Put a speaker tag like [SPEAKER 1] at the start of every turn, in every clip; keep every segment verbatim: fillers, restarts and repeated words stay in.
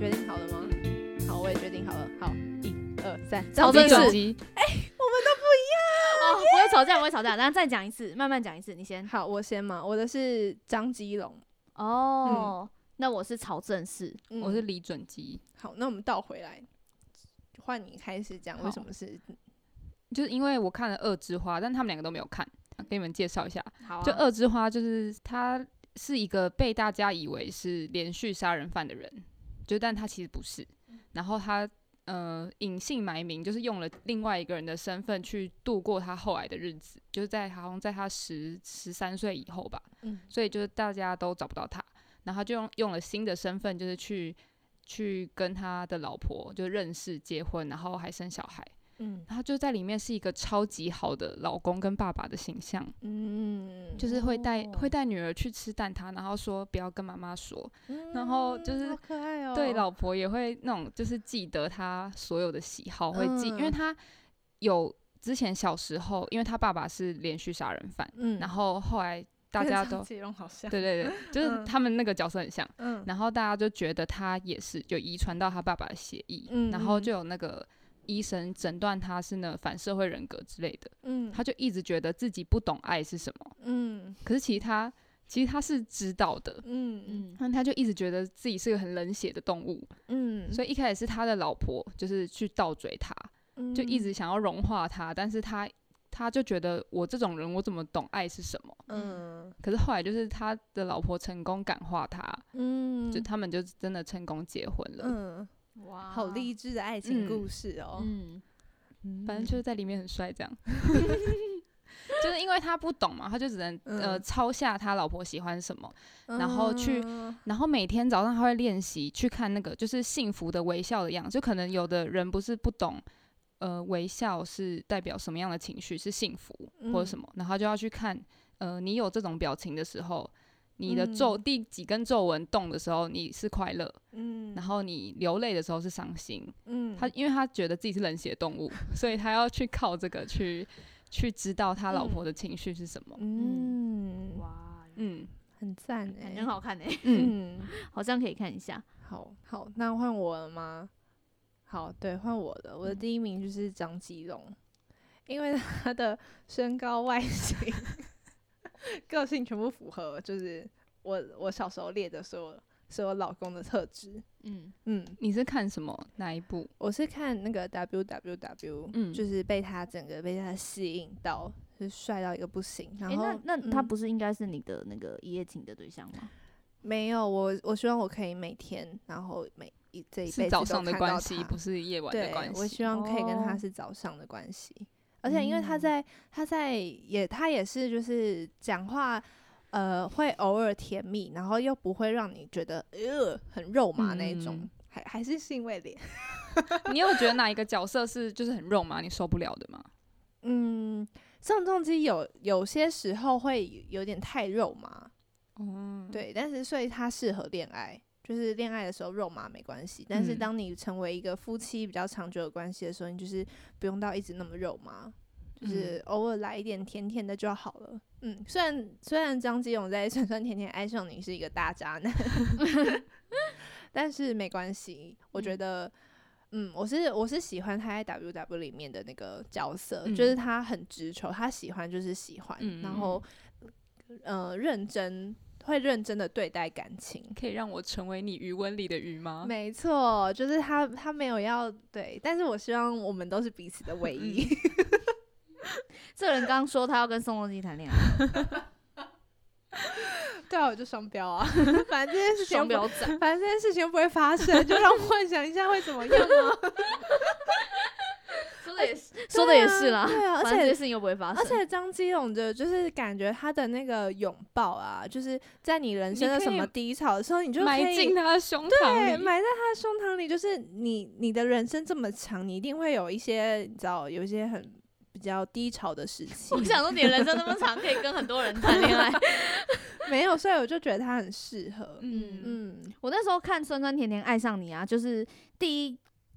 [SPEAKER 1] 决定好了吗？好，我也决定好了。好，一二三，
[SPEAKER 2] 曹正奭。
[SPEAKER 1] 哎、欸，我们都不一样。
[SPEAKER 2] 哦，不会吵架，不会吵架。然后再讲一次，慢慢讲一次。你先。
[SPEAKER 1] 好，我先嘛。我的是张基龙。
[SPEAKER 2] 哦、嗯，那我是曹正奭、
[SPEAKER 3] 嗯，我是李准基。
[SPEAKER 1] 好，那我们倒回来，换你开始讲为什么是。
[SPEAKER 3] 就是因为我看了《恶之花》，但他们两个都没有看，给你们介绍一下。
[SPEAKER 2] 好、啊，
[SPEAKER 3] 就《恶之花》就是他是一个被大家以为是连续杀人犯的人，就但他其实不是。然后他呃隐姓埋名，就是用了另外一个人的身份去度过他后来的日子，就是在好像在他十十三岁以后吧、嗯，所以就是大家都找不到他，然后他就用用了新的身份，就是去去跟他的老婆就认识、结婚，然后还生小孩。嗯，然后就在里面是一个超级好的老公跟爸爸的形象，嗯，就是会带、哦、会带女儿去吃蛋挞，然后说不要跟妈妈说、嗯，然后就是
[SPEAKER 1] 好可爱哦，
[SPEAKER 3] 对老婆也会那种就是记得他所有的喜好，会记，嗯、因为他有之前小时候，因为他爸爸是连续杀人犯，嗯，然后后来大家都
[SPEAKER 1] 好像
[SPEAKER 3] 对对对，就是他们那个角色很像，嗯，然后大家就觉得他也是就遗传到他爸爸的血液，嗯，然后就有那个。医生诊断他是那反社会人格之类的，嗯，他就一直觉得自己不懂爱是什么，嗯，可是其实他其实他是知道的，嗯嗯，但他就一直觉得自己是个很冷血的动物，嗯，所以一开始是他的老婆就是去倒追他，嗯，就一直想要融化他，但是他他就觉得我这种人我怎么懂爱是什么，嗯，可是后来就是他的老婆成功感化他，嗯，就他们就真的成功结婚了，嗯。
[SPEAKER 1] 哇，好励志的爱情故事哦！
[SPEAKER 3] 嗯，嗯反正就是在里面很帅，这样。就是因为他不懂嘛，他就只能、嗯、呃抄下他老婆喜欢什么，嗯、然后去，然后每天早上他会练习去看那个就是幸福的微笑的样子。就可能有的人不是不懂，呃，微笑是代表什么样的情绪，是幸福或者什么，嗯、然后就要去看，呃，你有这种表情的时候。你的皱、嗯、第几根皱纹动的时候，你是快乐，嗯，然后你流泪的时候是伤心，嗯，他因为他觉得自己是冷血动物，所以他要去靠这个去去知道他老婆的情绪是什么，
[SPEAKER 1] 嗯，哇，嗯，很赞哎，
[SPEAKER 2] 很好看哎，嗯，好像可以看一下。
[SPEAKER 1] 好，好，那换我了吗？好，对，换我的，我的第一名就是张基龙，因为他的身高、外形。个性全部符合，就是我我小时候列的所有所有老公的特质。嗯
[SPEAKER 3] 嗯，你是看什么哪一部？
[SPEAKER 1] 我是看那个 W W W，嗯，就是被他整个被他吸引到，就是帅到一个不行。然后、
[SPEAKER 2] 欸、那那他不是应该是你的那个一夜情的对象吗？
[SPEAKER 1] 嗯、没有，我我希望我可以每天，然后每一这一辈子都看到他。
[SPEAKER 3] 是早上的关系，不是夜晚的关系。
[SPEAKER 1] 对，我希望可以跟他是早上的关系。哦，而且因为他在他在也他也是就是讲话呃会偶尔甜蜜，然后又不会让你觉得呃很肉麻那一种，嗯、还还是是因为脸。
[SPEAKER 3] 你有觉得哪一个角色是就是很肉麻你受不了的吗？
[SPEAKER 1] 嗯，宋仲基有有些时候会有点太肉麻，嗯，对，但是所以他适合恋爱。就是恋爱的时候肉麻没关系，但是当你成为一个夫妻比较长久的关系的时候，你就是不用到一直那么肉麻，就是偶尔来一点甜甜的就好了。嗯，虽然虽然张基龙在《酸酸甜甜爱上你》是一个大渣男，但是没关系，我觉得，嗯，我是我是喜欢他在 W W 里面的那个角色，嗯、就是他很直球，他喜欢就是喜欢，嗯、然后呃认真。会认真的对待感情，
[SPEAKER 3] 可以让我成为你余温里的鱼吗？
[SPEAKER 1] 没错，就是他，他没有要对，但是我希望我们都是彼此的唯一。
[SPEAKER 2] 这个人刚刚说他要跟宋仲基谈恋爱，
[SPEAKER 1] 对啊，我就双标啊，反正这件事情
[SPEAKER 2] 双标仔，
[SPEAKER 1] 反正这件事情不会发生，就让我幻想一下会怎么样啊。
[SPEAKER 2] 说的也是，说的也是啦。
[SPEAKER 1] 对啊，而且
[SPEAKER 2] 这些事情又不会发生。
[SPEAKER 1] 而且张基龙的，就是感觉他的那个拥抱啊，就是在你人生的什么低潮的时候，你就可以
[SPEAKER 3] 埋进他的胸膛
[SPEAKER 1] 里，对，埋在他的胸膛里。就是你，你的人生这么长，你一定会有一些，你知道，有一些很比较低潮的时期。
[SPEAKER 2] 我想说，你的人生那么长，可以跟很多人谈恋爱。
[SPEAKER 1] 没有，所以我就觉得他很适合。嗯
[SPEAKER 2] 嗯，我那时候看《酸酸甜甜爱上你》啊，就是第一。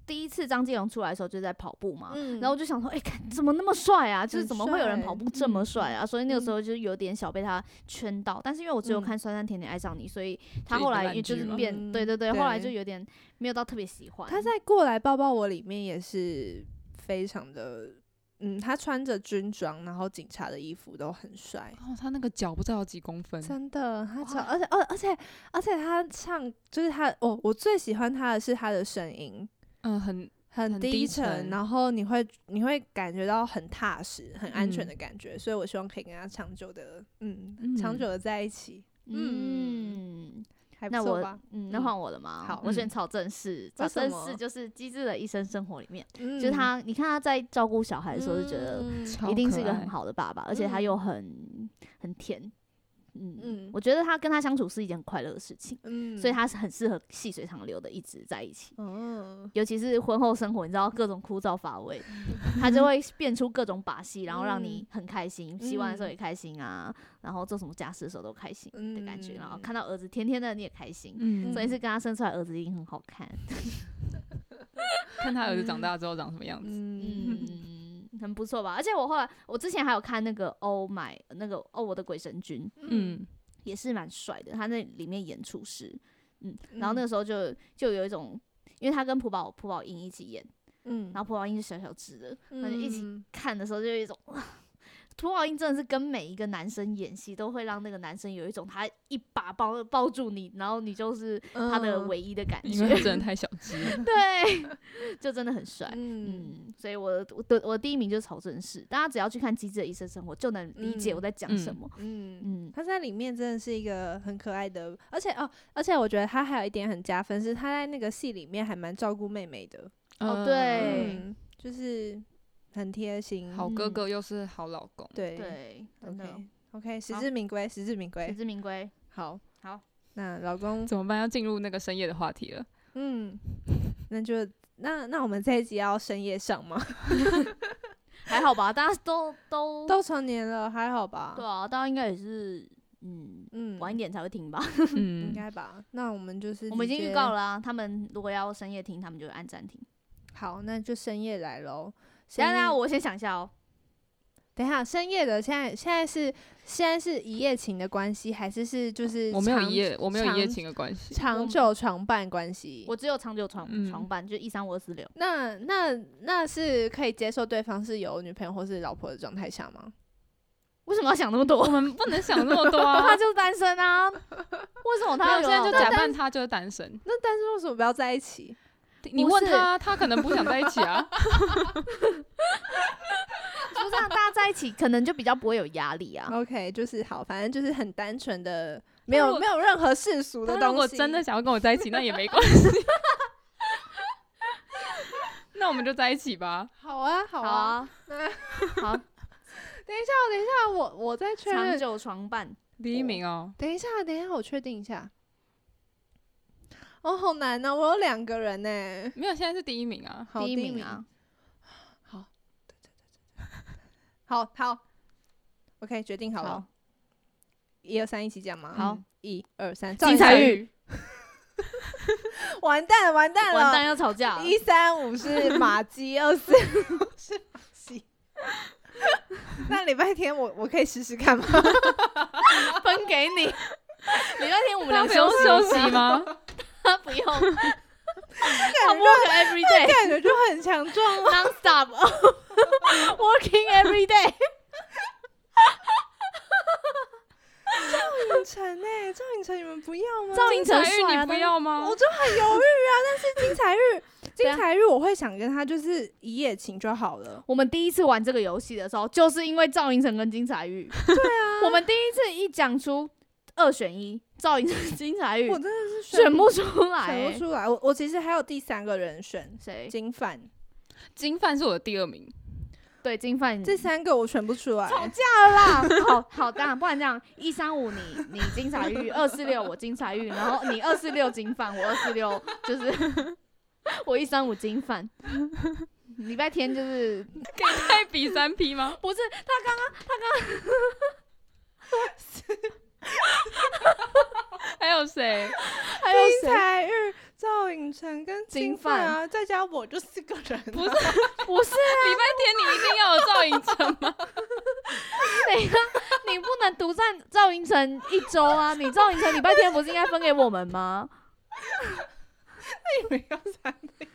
[SPEAKER 2] 第一次张基龙出来的时候就在跑步嘛，
[SPEAKER 1] 嗯、
[SPEAKER 2] 然后我就想说，哎、欸，怎么那么帅啊？就是怎么会有人跑步这么帅啊？所以那个时候就有点小被他圈到。但是因为我只有看《酸酸甜甜爱上你》，所以他后来就是变，嗯、对对对，后来就有点没有到特别喜欢。
[SPEAKER 1] 他在《过来抱抱我》里面也是非常的。嗯，他穿着军装，然后警察的衣服都很帅。
[SPEAKER 3] 哦，他那个脚不知道有几公分，
[SPEAKER 1] 真的，他脚，而且，而而且，而且他唱，就是他，哦，我最喜欢他的是他的声音，
[SPEAKER 3] 嗯，很
[SPEAKER 1] 很低沉，然后你会你会感觉到很踏实、很安全的感觉，嗯、所以我希望可以跟他长久的，嗯，嗯长久的在一起，嗯。嗯还不错吧，
[SPEAKER 2] 那我嗯，那换我了吗？
[SPEAKER 1] 好，
[SPEAKER 2] 我选曹正奭。曹正奭就是《机智的医生生活》里面，
[SPEAKER 1] 嗯、
[SPEAKER 2] 就是他，你看他在照顾小孩的时候，就觉得一定是一个很好的爸爸，而且他又很很甜。嗯, 嗯，我觉得他跟他相处是一件很快乐的事情，嗯，所以他是很适合细水长流的一直在一起，嗯，尤其是婚后生活，你知道各种枯燥乏味，他就会变出各种把戏，然后让你很开心，洗碗的时候也开心啊，然后做什么家事的时候都开心的感觉，然后看到儿子甜甜的你也开心，嗯，所以是跟他生出来儿子一定很好看，
[SPEAKER 3] 看他儿子长大之后长什么样子，
[SPEAKER 2] 嗯。很不错吧，而且我后来我之前还有看那个 Oh My 那个哦我的鬼神君，嗯，也是蛮帅的，他那里面演厨师，嗯，然后那个时候就就有一种，因为他跟朴宝朴宝英一起演，嗯，然后朴宝英是小小只的，然后就一起看的时候就有一种哇。朴宝英真的是跟每一个男生演戏，都会让那个男生有一种他一把抱抱住你，然后你就是他的唯一的感觉。
[SPEAKER 3] 因为他真的太小只了。
[SPEAKER 2] 对，就真的很帅。嗯, 嗯，所以我的我的我的第一名就是曹正奭，大家只要去看《机智的医生生活》，就能理解我在讲什么。
[SPEAKER 1] 嗯 嗯, 嗯，他在里面真的是一个很可爱的，而且哦，而且我觉得他还有一点很加分，是他在那个戏里面还蛮照顾妹妹的。
[SPEAKER 2] 哦，对，
[SPEAKER 1] 嗯、就是。很贴心，
[SPEAKER 3] 好哥哥又是好老公，
[SPEAKER 2] 对对，真的
[SPEAKER 1] OK， 实至名归，实至名归，
[SPEAKER 2] 实至名归。
[SPEAKER 1] 好，
[SPEAKER 2] 好，
[SPEAKER 1] 那老公
[SPEAKER 3] 怎么办？要进入那个深夜的话题了。
[SPEAKER 1] 嗯，那就那那我们这一集要深夜上吗？
[SPEAKER 2] 还好吧，大家都都
[SPEAKER 1] 都成年了，还好吧？
[SPEAKER 2] 对啊，大家应该也是嗯嗯晚一点才会听吧？
[SPEAKER 1] 嗯，应该吧。那我们就是
[SPEAKER 2] 我们已经预告了啊，他们如果要深夜听，他们就会按暂停。
[SPEAKER 1] 好，那就深夜来喽。
[SPEAKER 2] 等一下，我先想一下哦。
[SPEAKER 1] 等一下，深夜的现在现在是现在是一夜情的关系，还是是就是
[SPEAKER 3] 我没有一夜我没有一夜情的关系，
[SPEAKER 1] 长久床伴关系？
[SPEAKER 2] 我只有长久床床伴，就一三五二四六。
[SPEAKER 1] 那那那是可以接受对方是有女朋友或是老婆的状态下吗？
[SPEAKER 2] 为什么要想那么多？
[SPEAKER 3] 我们不能想那么多啊！
[SPEAKER 2] 他就是单身啊，为什么他
[SPEAKER 3] 现在就假扮他就是单身？
[SPEAKER 1] 那单身为什么不要在一起？
[SPEAKER 3] 你问他，他可能不想在一起啊。
[SPEAKER 2] 就这样，大家在一起可能就比较不会有压力啊。
[SPEAKER 1] OK， 就是好，反正就是很单纯的，没有没有任何世俗的东西。
[SPEAKER 3] 如果真的想要跟我在一起，那也没关系。那我们就在一起吧。
[SPEAKER 1] 好啊，好啊，
[SPEAKER 2] 好。
[SPEAKER 1] 等一下，等一下，我我再确认
[SPEAKER 2] 长久床伴
[SPEAKER 3] 第一名哦。
[SPEAKER 1] 等一下，等一下，我确定一下。哦，好难哦！我有两个人呢。
[SPEAKER 3] 没有，现在是第一名啊，
[SPEAKER 2] 第一名啊。
[SPEAKER 1] 好，对对对对，好好 ，OK， 决定好了。一二三，一起讲吗？
[SPEAKER 2] 好，
[SPEAKER 1] 一二三，
[SPEAKER 2] 金彩玉。
[SPEAKER 1] 完蛋了，完蛋了，
[SPEAKER 2] 完蛋要吵架。
[SPEAKER 1] 一三五是马基，二四五是马西。那礼拜天我我可以试试看吗？
[SPEAKER 2] 分给你。礼拜天我们俩
[SPEAKER 3] 不用休息吗？
[SPEAKER 2] 他不用，他
[SPEAKER 1] work
[SPEAKER 2] every day，
[SPEAKER 1] 感觉就很强壮哦
[SPEAKER 2] ，non stop working every day。
[SPEAKER 1] 赵寅成哎，赵寅成你们不要吗？
[SPEAKER 2] 赵寅成
[SPEAKER 3] 玉你不要吗？
[SPEAKER 1] 我就很犹豫啊，但是金彩玉，金彩玉我会想跟他就是一夜情就好了。
[SPEAKER 2] 我们第一次玩这个游戏的时候，就是因为赵寅成跟金彩玉。
[SPEAKER 1] 对啊，
[SPEAKER 2] 我们第一次一讲出二选一。赵寅成、金彩玉，
[SPEAKER 1] 我真的是
[SPEAKER 2] 选不出来、欸，
[SPEAKER 1] 选不出来。我我其实还有第三个人选，
[SPEAKER 2] 谁？
[SPEAKER 1] 金范，
[SPEAKER 3] 金范是我的第二名。
[SPEAKER 2] 对，金范，
[SPEAKER 1] 这三个我选不出来，
[SPEAKER 2] 吵架了啦！好好，当然不然这样，一三五你你金彩玉，二四六我金彩玉，然后你二四六金范，我二四六就是我一三五金范。礼拜天就是
[SPEAKER 3] 可以再比三 P 吗？
[SPEAKER 2] 不是，他刚刚他刚刚。
[SPEAKER 3] 还有谁？
[SPEAKER 1] 还有金彩玉、赵寅成跟金范啊，在家我就四个人、啊，
[SPEAKER 3] 不是不是、啊，礼拜天你一定要有赵寅成吗？
[SPEAKER 2] 等一下，你不能独占赵寅成一周啊！你赵寅成礼拜天不是应该分给我们吗？
[SPEAKER 1] 那也没有三天，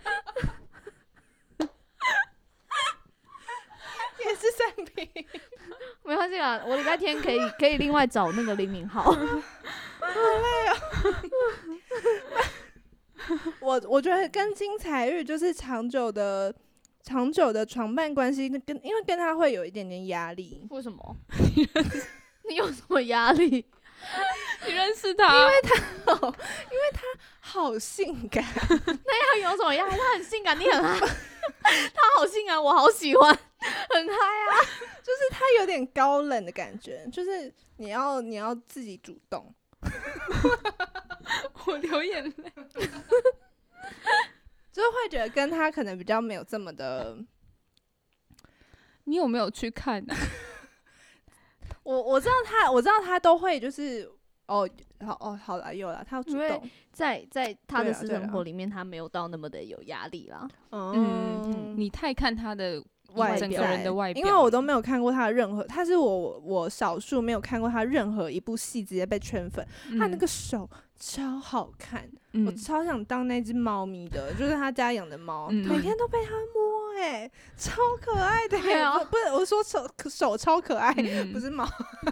[SPEAKER 1] 也是三瓶，
[SPEAKER 2] 没关系啦，我礼拜天可以可以另外找那个林敏镐。好
[SPEAKER 1] 累哦。我我觉得跟金彩玉就是长久的长久的床伴关系，跟因为跟他会有一点点压力。
[SPEAKER 2] 为什么？你有什么压力？
[SPEAKER 3] 你认识他？
[SPEAKER 1] 因为他好，因为他好性感。
[SPEAKER 2] 那要有什么压力？他很性感，你很嗨。他好性感，我好喜欢，很嗨啊！
[SPEAKER 1] 就是他有点高冷的感觉，就是你要你要自己主动。
[SPEAKER 3] 我流眼泪。
[SPEAKER 1] 就是会觉得跟他可能比较没有这么的。
[SPEAKER 3] 你有没有去看啊？
[SPEAKER 1] 我我知道他，我知道他都会就是哦，好哦，好了，有了，他要主动。
[SPEAKER 2] 在在他的私生活里面，他没有到那么的有压力啦。
[SPEAKER 3] 嗯，你太看他的
[SPEAKER 1] 外
[SPEAKER 3] 整个人的外表，
[SPEAKER 1] 因为我都没有看过他的任何，他是我我少数没有看过他任何一部戏直接被圈粉。嗯、他那个手超好看，嗯、我超想当那只猫咪的，就是他家养的猫，嗯、每天都被他摸、欸，哎，超可爱的、欸啊。不是，我说手手超可爱，嗯、不是猫。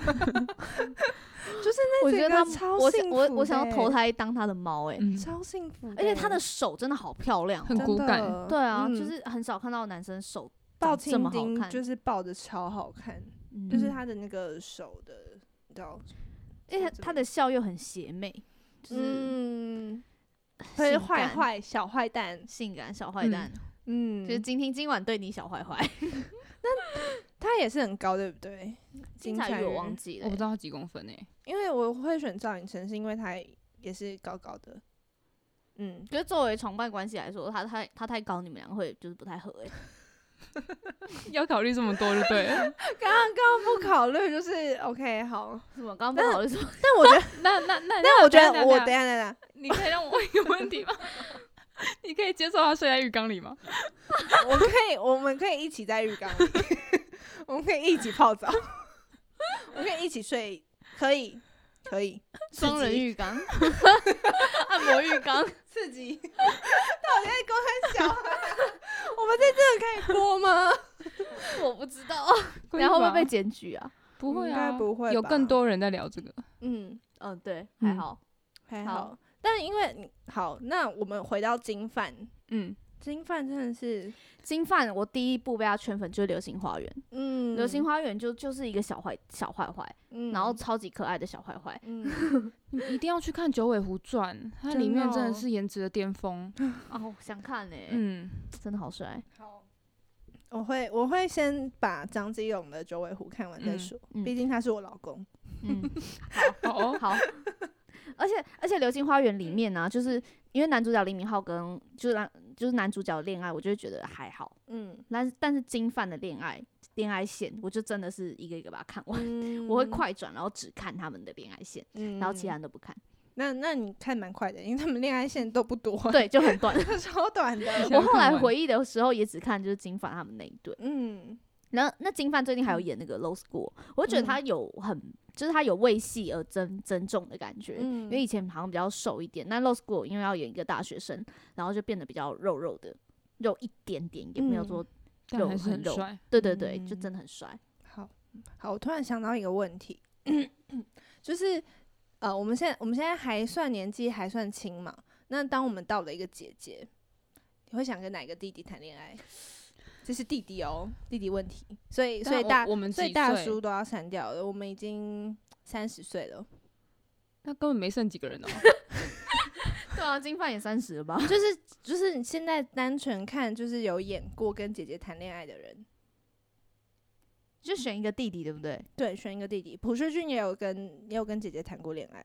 [SPEAKER 1] 就是那整个超幸福、欸，
[SPEAKER 2] 我我想要投胎当他的猫，哎，
[SPEAKER 1] 超幸福、欸，
[SPEAKER 2] 而且他的手真的好漂亮，
[SPEAKER 3] 很骨感。
[SPEAKER 2] 对啊，
[SPEAKER 1] 嗯、
[SPEAKER 2] 就是很少看到男生手
[SPEAKER 1] 抱
[SPEAKER 2] 这么好看，
[SPEAKER 1] 就是抱的超好看，嗯、就是他的那个手的，你知道，
[SPEAKER 2] 而且他的笑又很邪魅，就是
[SPEAKER 1] 嗯，会坏坏小坏蛋，
[SPEAKER 2] 性感小坏蛋，
[SPEAKER 1] 嗯，
[SPEAKER 2] 就是今天今晚对你小坏坏。
[SPEAKER 1] 那他也是很高，对不对？
[SPEAKER 2] 金彩玉我忘记了、欸，
[SPEAKER 3] 我不知道他几公分诶、欸。
[SPEAKER 1] 因为我会选赵寅成，是因为他也是高高的。嗯，
[SPEAKER 2] 觉得作为床伴关系来说，他太他太高，你们两个会就是不太合哎、
[SPEAKER 3] 欸。要考虑这么多就对了。
[SPEAKER 1] 刚刚刚刚不考虑就是 OK 好。
[SPEAKER 2] 什么？刚刚不考虑什么？
[SPEAKER 1] 但我觉得
[SPEAKER 3] 那那那
[SPEAKER 1] 但我觉得我等一下等一下，
[SPEAKER 3] 你可以让我问一个问题吗？你可以接受他睡在浴缸里吗？
[SPEAKER 1] 我可以，我们可以一起在浴缸里，我们可以一起泡澡，我们可以一起睡，可以，可以，
[SPEAKER 2] 双人浴缸，按摩浴缸，
[SPEAKER 1] 刺激。到底在公开小孩？我们在这可以播吗？
[SPEAKER 2] 我不知道，然后会不会被检举啊？
[SPEAKER 3] 不会啊，
[SPEAKER 1] 应该不会。
[SPEAKER 3] 有更多人在聊这个。
[SPEAKER 1] 嗯
[SPEAKER 2] 嗯，对，还好，
[SPEAKER 1] 还好。但因为好，那我们回到金范，
[SPEAKER 3] 嗯，
[SPEAKER 1] 金范真的是
[SPEAKER 2] 金范，我第一部被他圈粉就是《流星花园》，嗯，《流星花园》就就是一个小坏小坏坏，嗯，然后超级可爱的小坏坏，
[SPEAKER 3] 嗯，你一定要去看《九尾狐传》，它里面真的是颜值的巅峰
[SPEAKER 2] 哦，想看呢、欸，
[SPEAKER 3] 嗯，
[SPEAKER 2] 真的好帅。
[SPEAKER 1] 好，我会我会先把张基勇的《九尾狐》看完再说，嗯、毕竟他是我老公。
[SPEAKER 2] 嗯，好，好，好。而且而且《流星花园》里面呢、啊，就是因为男主角李敏镐跟就是男就是男主角的恋爱，我就会觉得还好，嗯，但是但是金范的恋爱恋爱线，我就真的是一个一个把它看完，嗯、我会快转，然后只看他们的恋爱线，嗯、然后其他人都不看。
[SPEAKER 1] 那那你看蛮快的，因为他们恋爱线都不多，
[SPEAKER 2] 对，就很短，
[SPEAKER 1] 超短的。
[SPEAKER 2] 我后来回忆的时候也只看就是金范他们那一对，嗯。然后那金范最近还有演那个《Low School》，我觉得他有很，就是他有为戏而增增重的感觉，嗯、因为以前好像比较瘦一点，那《Low School》因为要演一个大学生，然后就变得比较肉肉的，肉一点点，也没有说肉很
[SPEAKER 3] 很
[SPEAKER 2] 肉，对对对，嗯、就真的很帅。
[SPEAKER 1] 好，好，我突然想到一个问题，就是呃，我们现在我们现在还算年纪还算轻嘛，那当我们到了一个姐姐，你会想跟哪个弟弟谈恋爱？这是弟弟哦，弟弟问题，所以所以大
[SPEAKER 3] 我们
[SPEAKER 1] 所以大叔都要删掉了。我们已经三十岁了，
[SPEAKER 3] 那根本没剩几个人哦。
[SPEAKER 2] 对啊，金范也三十了吧？
[SPEAKER 1] 就是就是你现在单纯看，就是有演过跟姐姐谈恋爱的人，
[SPEAKER 2] 就选一个弟弟，对不对？
[SPEAKER 1] 对，选一个弟弟。朴叙俊也有跟也有跟姐姐谈过恋爱，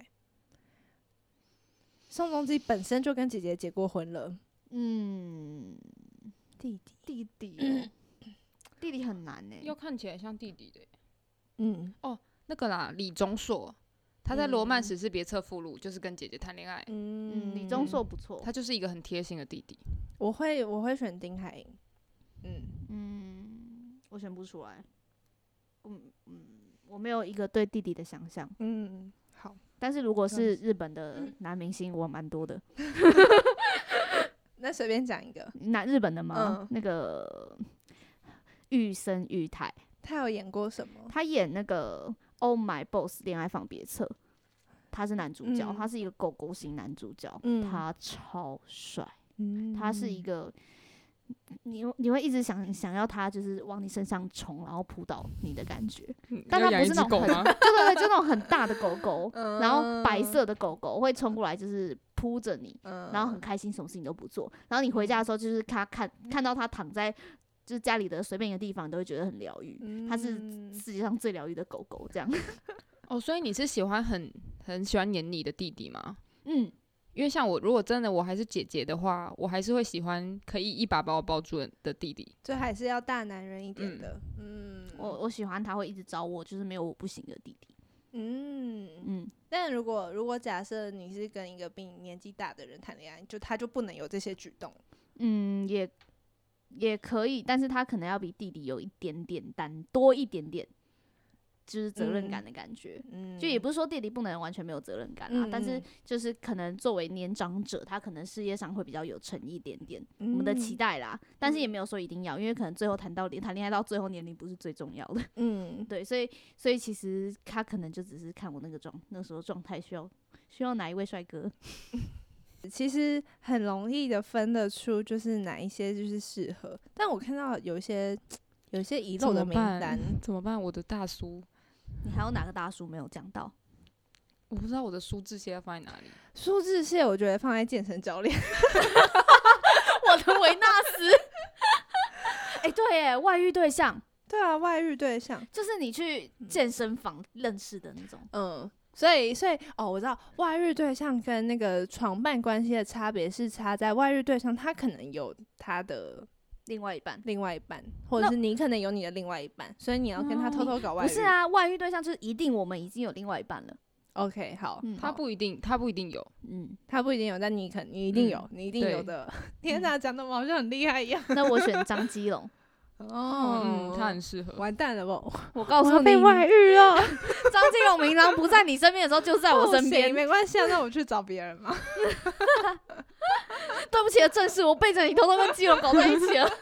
[SPEAKER 1] 宋仲基本身就跟姐姐结过婚了。嗯。弟弟，
[SPEAKER 2] 弟弟、喔，弟弟很难呢、欸，
[SPEAKER 3] 又看起来像弟弟的、欸。
[SPEAKER 1] 嗯，
[SPEAKER 3] 哦，那个啦，李钟硕， 他在《罗曼史诗别册》附录就是跟姐姐谈恋爱。
[SPEAKER 2] 嗯，李钟硕不错，
[SPEAKER 3] 他就是一个很贴心的弟弟。
[SPEAKER 1] 我会我会选丁海寅。嗯
[SPEAKER 2] 嗯，我选不出来。嗯嗯，我没有一个对弟弟的想象。
[SPEAKER 1] 嗯，好。
[SPEAKER 2] 但是如果是日本的男明星，我蛮多的。
[SPEAKER 1] 那随便讲一个。
[SPEAKER 2] 那日本的吗？嗯、那个玉生裕太，
[SPEAKER 1] 他有演过什么？
[SPEAKER 2] 他演那个《Oh My Boss 恋爱放别册》，他是男主角，嗯、他是一个狗狗型男主角，嗯、他超帅，嗯、他是一个。你你会一直想想要他就是往你身上冲，然后扑倒你的感觉，嗯、但他不是那种很对对对，就那种很大的狗狗，嗯、然后白色的狗狗会冲过来，就是扑着你，嗯、然后很开心，什么事情都不做。然后你回家的时候，就是他看看到他躺在就是家里的随便一个地方，都会觉得很疗愈。嗯、他是世界上最疗愈的狗狗，这样。
[SPEAKER 3] 哦，所以你是喜欢很很喜欢黏你的弟弟吗？嗯。因为像我，如果真的我还是姐姐的话，我还是会喜欢可以一把把我抱住的弟弟，
[SPEAKER 1] 就还是要大男人一点的。嗯，
[SPEAKER 2] 嗯我我喜欢他会一直找我，就是没有我不行的弟弟。
[SPEAKER 1] 嗯嗯。但如果如果假设你是跟一个比你年纪大的人谈恋爱，就他就不能有这些举动。
[SPEAKER 2] 嗯，也也可以，但是他可能要比弟弟有一点点担多一点点。就是责任感的感觉，嗯、就也不是说弟弟不能完全没有责任感啊，嗯、但是就是可能作为年长者，他可能事业上会比较有诚意一点点，嗯、我们的期待啦，但是也没有说一定要，因为可能最后谈到谈恋爱到最后年龄不是最重要的，嗯，对，所以所以其实他可能就只是看我那个状那时候状态需要需要哪一位帅哥。
[SPEAKER 1] 其实很容易的分得出就是哪一些就是适合，但我看到有一些有一些遗漏的名单，
[SPEAKER 3] 怎么办？我的大叔。
[SPEAKER 2] 你还有哪个大叔没有讲到？
[SPEAKER 3] 我不知道我的苏志燮要放在哪里。
[SPEAKER 1] 苏志燮我觉得放在健身教练。
[SPEAKER 2] 我的维纳斯。哎、欸，对耶，外遇对象。
[SPEAKER 1] 对啊，外遇对象
[SPEAKER 2] 就是你去健身房认识的那种。
[SPEAKER 1] 嗯，所以所以哦，我知道外遇对象跟那个床伴关系的差别是差在外遇对象他可能有他的。
[SPEAKER 2] 另外一半，
[SPEAKER 1] 另外一半，或者是你可能有你的另外一半，所以你要跟他偷偷搞外遇。
[SPEAKER 2] 不是啊，外遇对象就是一定我们已经有另外一半了。
[SPEAKER 1] OK， 好，
[SPEAKER 3] 嗯、他不一定，他不一定有，
[SPEAKER 1] 嗯，他不一定有，但你肯，你一定有，嗯、你一定有的。天哪，讲的我好像很厉害一样。
[SPEAKER 2] 那我选张基龙。
[SPEAKER 3] 哦，嗯，他很适合。
[SPEAKER 1] 完蛋了不？
[SPEAKER 2] 我告诉你，
[SPEAKER 1] 被外遇了。
[SPEAKER 2] 张基龙平常不在你身边的时候，就在我身边。
[SPEAKER 1] 没关系啊，那我去找别人嘛。
[SPEAKER 2] 对不起的正是我背着你偷偷跟基龙搞在一起了。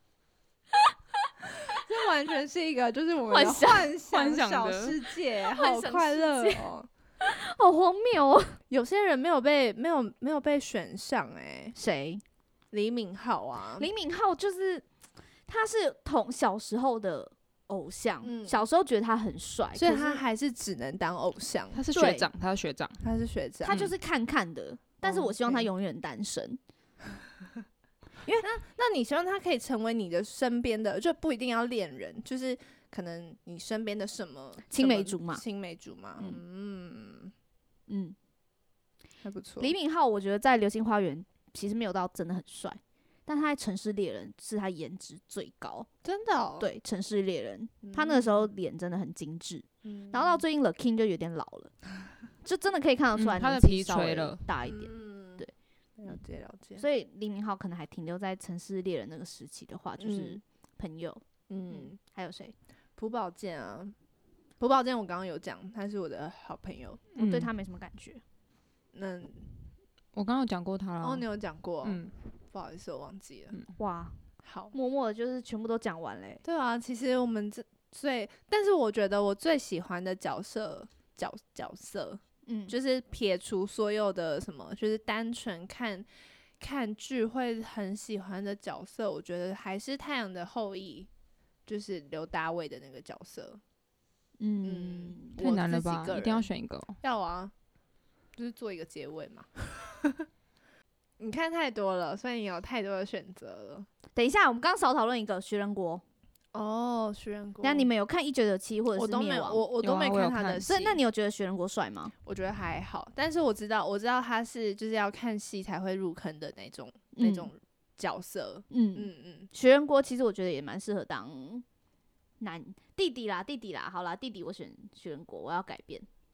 [SPEAKER 1] 这完全是一个就是我们的幻想小世界，好快乐哦，
[SPEAKER 2] 好荒谬哦！
[SPEAKER 1] 有些人没有被没有没有被选上哎、欸，
[SPEAKER 2] 谁？
[SPEAKER 1] 李敏镐啊，
[SPEAKER 2] 李敏镐就是他是同小时候的偶像，嗯、小时候觉得他很帅，
[SPEAKER 1] 所以他还是只能当偶像。
[SPEAKER 3] 他是学长，他是学长，
[SPEAKER 1] 他是学长，
[SPEAKER 2] 他就是看看的，嗯、但是我希望他永远单身。
[SPEAKER 1] 因为那那你希望他可以成为你的身边的，就不一定要恋人，就是可能你身边的什么
[SPEAKER 2] 青梅竹马，
[SPEAKER 1] 青梅竹马，嗯嗯
[SPEAKER 2] 嗯，
[SPEAKER 1] 还不错。
[SPEAKER 2] 李敏镐我觉得在《流星花园》其实没有到真的很帅，但他在《城市猎人》是他颜值最高，
[SPEAKER 1] 真的、哦。
[SPEAKER 2] 对，《城市猎人》嗯、他那个时候脸真的很精致，嗯、然后到最近《The King》就有点老了，就真的可以看得出来、嗯、
[SPEAKER 3] 他的皮垂了
[SPEAKER 2] 大一点。
[SPEAKER 1] 嗯了解了解，
[SPEAKER 2] 所以李敏镐可能还停留在《城市猎人》那个时期的话，就是朋友，嗯，嗯还有谁？
[SPEAKER 1] 朴宝剑啊，朴宝剑我刚刚有讲，他是我的好朋友，
[SPEAKER 2] 我对他没什么感觉。
[SPEAKER 1] 那
[SPEAKER 3] 我刚刚有讲过他了，
[SPEAKER 1] 哦，你有讲过，嗯，不好意思，我忘记了。嗯、
[SPEAKER 2] 哇，
[SPEAKER 1] 好，
[SPEAKER 2] 默默的就是全部都讲完嘞。
[SPEAKER 1] 对啊，其实我们这最，但是我觉得我最喜欢的角色角角色。嗯，就是撇除所有的什么，就是单纯看看剧会很喜欢的角色，我觉得还是《太阳的后裔》，就是刘大卫的那个角色。
[SPEAKER 3] 嗯，太难了吧？一定要选一个。
[SPEAKER 1] 要啊，就是做一个结尾嘛。你看太多了，所以你有太多的选择了。
[SPEAKER 2] 等一下，我们刚刚少讨论一个徐仁国。
[SPEAKER 1] 哦，徐仁国。
[SPEAKER 2] 那你们有看一九九七或者是灭
[SPEAKER 1] 亡？我我都没看他的戏。
[SPEAKER 2] 所以那你有觉得徐仁国帅吗？
[SPEAKER 1] 我觉得还好，但是我知道我知道他是就是要看戏才会入坑的那种、嗯、那种角色。嗯嗯嗯。
[SPEAKER 2] 徐仁国其实我觉得也蛮适合当男弟弟啦，弟弟啦，好啦，弟弟我选徐仁国，我要改变。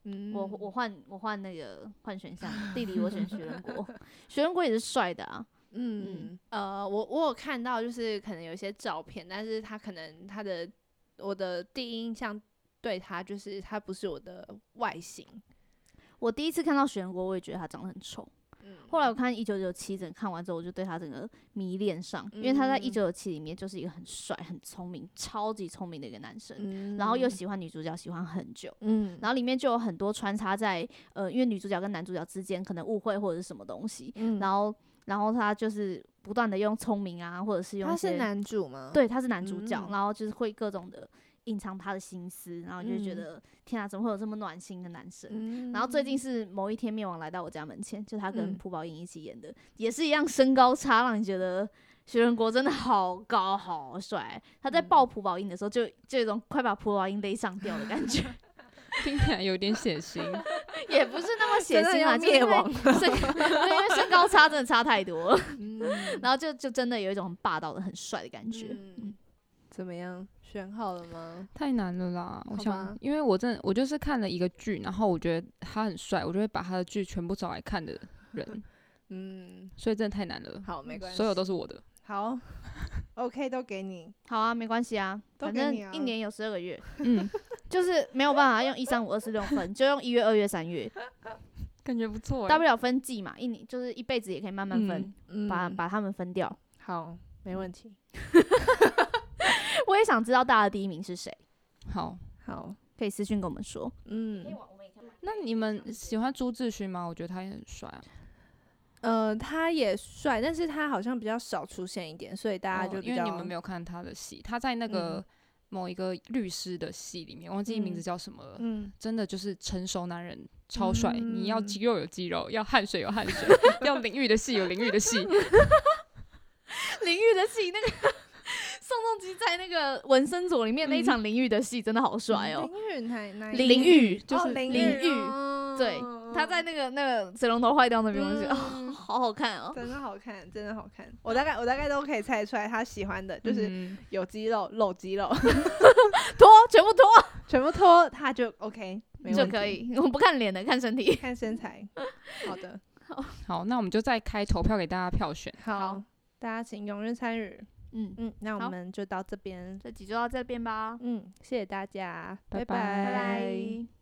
[SPEAKER 2] 嗯，我我换我换那个换选项，弟弟我选徐仁国，徐仁国也是帅的啊。
[SPEAKER 1] 嗯嗯呃，我我有看到，就是可能有一些照片，但是他可能他的我的第一印象对他就是他不是我的外形。
[SPEAKER 2] 我第一次看到徐仁国，我也觉得他长得很丑。嗯、后来我看一九九七整看完之后，我就对他整个迷恋上，因为他在一九九七里面就是一个很帅、很聪明、超级聪明的一个男生，嗯、然后又喜欢女主角，喜欢很久，嗯、然后里面就有很多穿插在呃，因为女主角跟男主角之间可能误会或者是什么东西，嗯、然后然后他就是不断的用聪明啊，或者是用一些，
[SPEAKER 1] 他是男主吗？
[SPEAKER 2] 对，他是男主角，嗯、然后就是会各种的隐藏他的心思，然后就觉得、嗯、天啊，怎么会有这么暖心的男生？嗯、然后最近是某一天灭亡来到我家门前，就他跟朴宝英一起演的，嗯、也是一样身高差，让你觉得徐仁国真的好高好帅。他在抱朴宝英的时候就，就就有一种快把朴宝英勒上吊的感觉。
[SPEAKER 3] 听起来有点血腥，
[SPEAKER 2] 也不是那么血腥啊，
[SPEAKER 1] 灭亡了，
[SPEAKER 2] 因为身高差真的差太多了。嗯、然后就就真的有一种很霸道的、很帅的感觉。嗯
[SPEAKER 1] 嗯、怎么样？选好了吗？
[SPEAKER 3] 太难了啦！我想，因为我真的我就是看了一个剧，然后我觉得他很帅，我就会把他的剧全部找来看的人。嗯，所以真的太难了。
[SPEAKER 1] 好，没关系，
[SPEAKER 3] 所有都是我的。
[SPEAKER 1] 好 ，OK， 都给你。
[SPEAKER 2] 好啊，没关系啊，
[SPEAKER 1] 反
[SPEAKER 2] 正一年有十二个月，嗯，就是没有办法用一三五二四六分，就用一月、二月、三月，
[SPEAKER 3] 感觉不错。
[SPEAKER 2] 大不了分季嘛，一年就是一辈子也可以慢慢分，嗯、把把他们分掉。
[SPEAKER 1] 好，没问题。
[SPEAKER 2] 我也想知道大家的第一名是谁。
[SPEAKER 3] 好，
[SPEAKER 1] 好，
[SPEAKER 2] 可以私讯跟我们说。嗯，
[SPEAKER 3] 那你们喜欢朱智勋吗？我觉得他也很帅啊。
[SPEAKER 1] 呃，他也帅，但是他好像比较少出现一点，所以大家就比较、
[SPEAKER 3] 哦、因为你们没有看他的戏，他在那个某一个律师的戏里面，忘记名字叫什么了。嗯，真的就是成熟男人，超帅。嗯、你要肌肉有肌肉，要汗水有汗水，要淋浴的戏有淋浴的戏。淋
[SPEAKER 2] 浴的戏那个。宋仲基在那个《纹身左》里面那一场淋浴的戏真的好帅哦！
[SPEAKER 1] 淋浴哪哪？
[SPEAKER 2] 淋浴就是
[SPEAKER 1] 淋
[SPEAKER 2] 浴，对，他在那个那个水龙头坏掉那边，我就觉得哦，好好看哦，
[SPEAKER 1] 真的好看，真的好看。我大概我大概都可以猜出来他喜欢的就是有肌肉、露肌肉，
[SPEAKER 2] 脱全部脱，
[SPEAKER 1] 全部脱，他就 OK
[SPEAKER 2] 就可以。我们不看脸的，看身体，
[SPEAKER 1] 看身材。好的，
[SPEAKER 3] 好，好，那我们就再开投票给大家票选。
[SPEAKER 1] 好，大家请踊跃参与。嗯嗯，那我们就到这边，
[SPEAKER 2] 这集就到这边吧。
[SPEAKER 1] 嗯，谢谢大家，
[SPEAKER 3] 拜拜。
[SPEAKER 1] 拜拜。